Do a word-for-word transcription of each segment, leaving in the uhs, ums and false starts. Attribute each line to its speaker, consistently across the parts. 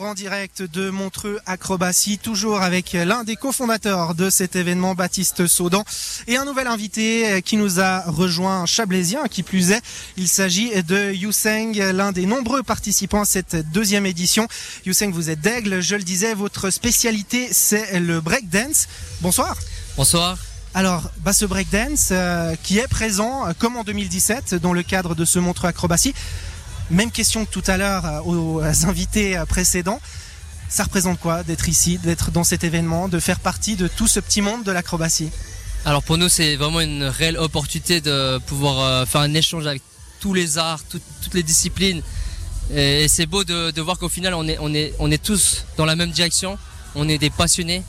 Speaker 1: en direct de Montreux Acrobatie, toujours avec l'un des cofondateurs de cet événement, Baptiste Saudan, et un nouvel invité qui nous a rejoint, un Chablaisien qui plus est. Il s'agit de Yousseng, l'un des nombreux participants à cette deuxième édition. Yousseng, vous êtes d'Aigle, je le disais, votre spécialité c'est le breakdance. Bonsoir.
Speaker 2: Bonsoir.
Speaker 1: Alors, bah, ce breakdance euh, qui est présent, euh, comme en deux mille dix-sept, dans le cadre de ce Montreux Acrobatie. Même question que tout à l'heure euh, aux invités euh, précédents. Ça représente quoi d'être ici, d'être dans cet événement, de faire partie de tout ce petit monde de l'acrobatie?
Speaker 2: Alors pour nous, c'est vraiment une réelle opportunité de pouvoir euh, faire un échange avec tous les arts, tout, toutes les disciplines. Et, et c'est beau de, de voir qu'au final, on est, on, est, on est tous dans la même direction. On est des passionnés.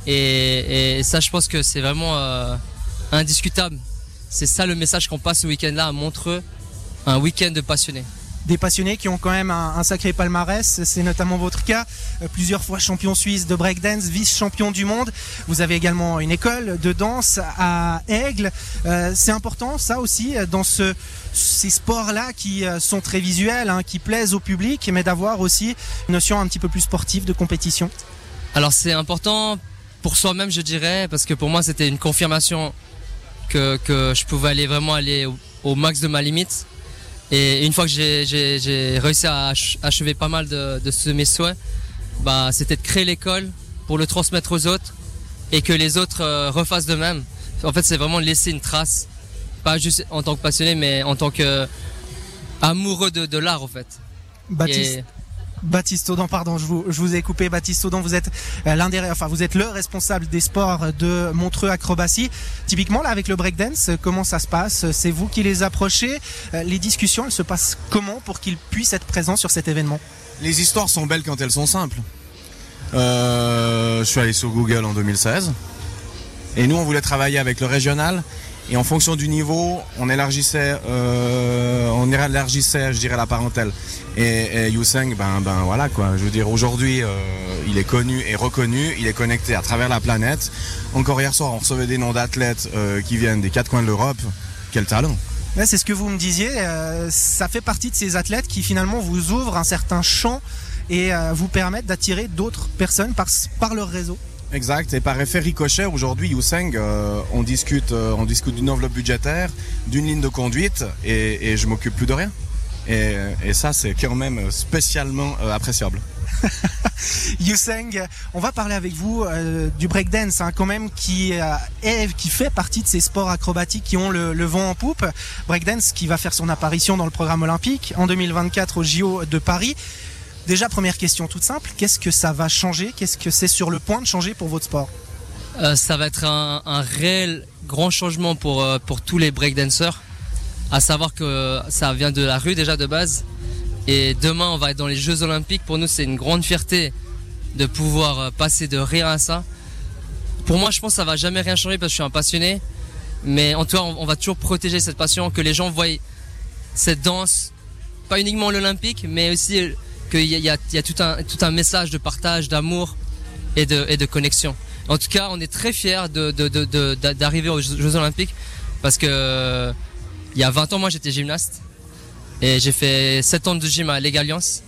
Speaker 2: Et, et ça, je pense que c'est vraiment euh, indiscutable. C'est ça le message qu'on passe ce week-end-là à Montreux, un week-end de passionnés.
Speaker 1: Des passionnés qui ont quand même un, un sacré palmarès, c'est notamment votre cas, euh, plusieurs fois champion suisse de breakdance, vice-champion du monde. Vous avez également une école de danse à Aigle. Euh, c'est important ça aussi dans ce, ces sports-là qui euh, sont très visuels, hein, qui plaisent au public, mais d'avoir aussi une notion un petit peu plus sportive de compétition.
Speaker 2: Alors c'est important pour soi-même, je dirais, parce que pour moi c'était une confirmation que, que je pouvais aller vraiment aller au, au max de ma limite. Et une fois que j'ai, j'ai, j'ai réussi à achever pas mal de, de ce, mes souhaits, bah, c'était de créer l'école pour le transmettre aux autres et que les autres euh, refassent de même. En fait, c'est vraiment laisser une trace, pas juste en tant que passionné, mais en tant qu'amoureux de, de l'art, en fait.
Speaker 1: Baptiste. Et... Baptiste Saudan, pardon, je vous, je vous ai coupé. Baptiste Saudan, vous êtes l'un des, enfin, vous êtes le responsable des sports de Montreux Acrobatie. Typiquement, là, avec le breakdance, comment ça se passe? C'est vous qui les approchez? Les discussions, elles se passent comment pour qu'ils puissent être présents sur cet événement?
Speaker 3: Les histoires sont belles quand elles sont simples. Euh, je suis allé sur Google en deux mille seize. Et nous, on voulait travailler avec le régional. Et en fonction du niveau, on élargissait, euh, on élargissait, je dirais, la parentèle. Et, et Yousseng, ben, ben voilà quoi. Je veux dire, aujourd'hui, euh, il est connu et reconnu, il est connecté à travers la planète. Encore hier soir, on recevait des noms d'athlètes euh, qui viennent des quatre coins de l'Europe. Quel talent!
Speaker 1: Ouais, c'est ce que vous me disiez. Euh, ça fait partie de ces athlètes qui finalement vous ouvrent un certain champ et euh, vous permettent d'attirer d'autres personnes par, par leur réseau.
Speaker 3: Exact, et par effet ricochet, aujourd'hui, Yousseng, euh, on discute, euh, on discute d'une enveloppe budgétaire, d'une ligne de conduite, et, et je m'occupe plus de rien. Et, et ça, c'est quand même spécialement euh, appréciable.
Speaker 1: Yousseng, on va parler avec vous euh, du breakdance, hein, quand même, qui, euh, est, qui fait partie de ces sports acrobatiques qui ont le, le vent en poupe. Breakdance qui va faire son apparition dans le programme olympique en deux mille vingt-quatre au J O de Paris. Déjà, première question toute simple, qu'est-ce que ça va changer? Qu'est-ce que c'est sur le point de changer pour votre sport?
Speaker 2: euh, Ça va être un, un réel grand changement pour, euh, pour tous les breakdancers. À savoir que ça vient de la rue déjà de base. Et demain, on va être dans les Jeux Olympiques. Pour nous, c'est une grande fierté de pouvoir passer de rien à ça. Pour moi, je pense que ça va jamais rien changer parce que je suis un passionné. Mais en tout cas, on, on va toujours protéger cette passion, que les gens voient cette danse, pas uniquement l'Olympique, mais aussi... qu'il y a, il y a, il y a tout, un, tout un message de partage, d'amour et de, et de connexion. En tout cas, on est très fiers de, de, de, de, d'arriver aux Jeux Olympiques parce que il y a vingt ans, moi j'étais gymnaste et j'ai fait sept ans de gym à l'Égaliance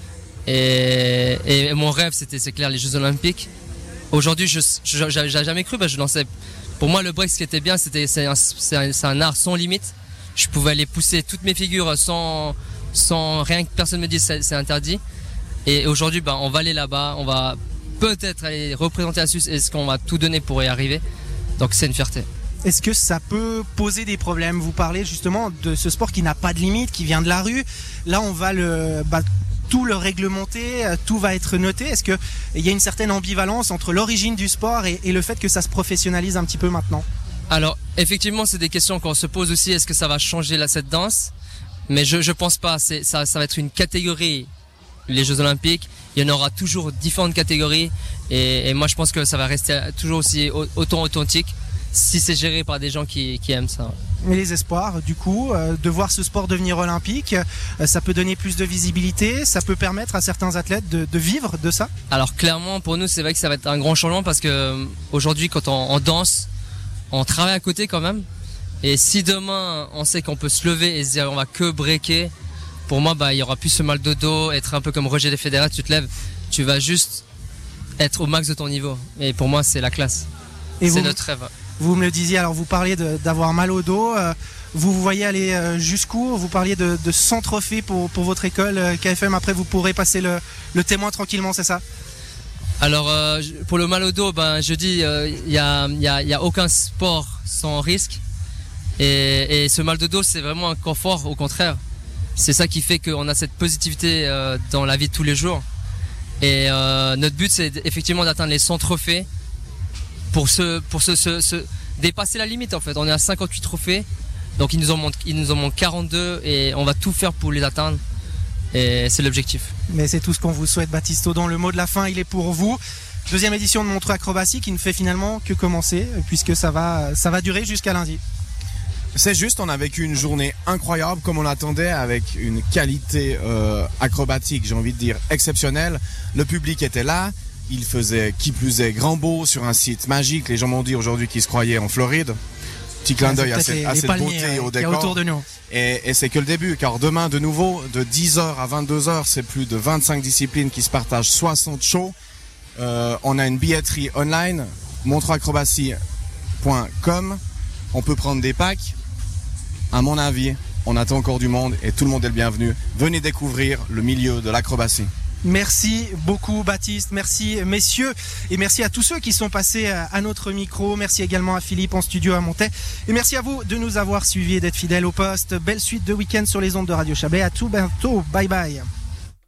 Speaker 2: et, et mon rêve c'était, c'est clair, les Jeux Olympiques. Aujourd'hui, je n'avais jamais cru parce que je lançais. Pour moi, le break, ce qui était bien, c'était, c'est un, c'est un, c'est un art sans limite. Je pouvais aller pousser toutes mes figures sans... sans rien que personne me dise c'est, c'est interdit. Et aujourd'hui, bah, on va aller là-bas, on va peut-être aller représenter la Suisse et ce qu'on va tout donner pour y arriver. Donc c'est une fierté.
Speaker 1: Est-ce que ça peut poser des problèmes? Vous parlez justement de ce sport qui n'a pas de limite, qui vient de la rue. Là, on va le, bah, tout le réglementer, tout va être noté. Est-ce qu'il y a une certaine ambivalence entre l'origine du sport et, et le fait que ça se professionnalise un petit peu maintenant?
Speaker 2: Alors, effectivement, c'est des questions qu'on se pose aussi. Est-ce que ça va changer là, cette danse? Mais je je pense pas, c'est, ça, ça va être une catégorie, les Jeux Olympiques, il y en aura toujours différentes catégories et, et moi je pense que ça va rester toujours aussi autant authentique si c'est géré par des gens qui, qui aiment ça.
Speaker 1: Mais les espoirs, du coup, euh, de voir ce sport devenir olympique, euh, ça peut donner plus de visibilité, ça peut permettre à certains athlètes de, de vivre de ça?
Speaker 2: Alors clairement pour nous c'est vrai que ça va être un grand changement parce que euh, aujourd'hui quand on, on danse, on travaille à côté quand même. Et si demain on sait qu'on peut se lever et se dire on va que breaker, pour moi bah il y aura plus ce mal de dos, être un peu comme Roger Federer, tu te lèves, tu vas juste être au max de ton niveau. Et pour moi, c'est la classe.
Speaker 1: Et
Speaker 2: c'est
Speaker 1: vous,
Speaker 2: notre rêve.
Speaker 1: Vous me le disiez, alors vous parliez de, d'avoir mal au dos. Euh, vous vous voyez aller euh, jusqu'où? Vous parliez de, de cent trophées pour, pour votre école euh, K F M. Après, vous pourrez passer le, le témoin tranquillement, c'est ça?
Speaker 2: Alors, euh, pour le mal au dos, ben, je dis, il euh, n'y a, y a, y a aucun sport sans risque. Et, et ce mal de dos, c'est vraiment un confort, au contraire. C'est ça qui fait qu'on a cette positivité euh, dans la vie de tous les jours. Et euh, notre but, c'est effectivement d'atteindre les cent trophées pour, se, pour se, se, se dépasser la limite en fait. On est à cinquante-huit trophées, donc il nous en manque, il nous en manque quarante-deux et on va tout faire pour les atteindre. Et c'est l'objectif. Mais
Speaker 1: c'est tout ce qu'on vous souhaite, Baptiste Audon. Le mot de la fin, il est pour vous. Deuxième édition de Montreux Acrobatie qui ne fait finalement que commencer puisque ça va, ça va durer jusqu'à lundi.
Speaker 3: C'est juste, on a vécu une journée incroyable comme on l'attendait, avec une qualité euh, acrobatique, j'ai envie de dire, exceptionnelle. Le public était là, il faisait qui plus est grand beau sur un site magique. Les gens m'ont dit aujourd'hui qu'ils se croyaient en Floride. Petit clin d'œil à cette, à cette beauté au décor.
Speaker 1: Autour de nous.
Speaker 3: Et, et c'est que le début, car demain de nouveau, de dix heures à vingt-deux heures, c'est plus de vingt-cinq disciplines qui se partagent soixante shows. Euh, on a une billetterie online, montreux acrobatie point com. On peut prendre des packs. À mon avis, on attend encore du monde et tout le monde est le bienvenu. Venez découvrir le milieu de l'acrobatie.
Speaker 1: Merci beaucoup Baptiste, merci messieurs et merci à tous ceux qui sont passés à notre micro. Merci également à Philippe en studio à Montaix et merci à vous de nous avoir suivis et d'être fidèles au poste. Belle suite de week-end sur les ondes de Radio Chablais. À tout bientôt, bye bye.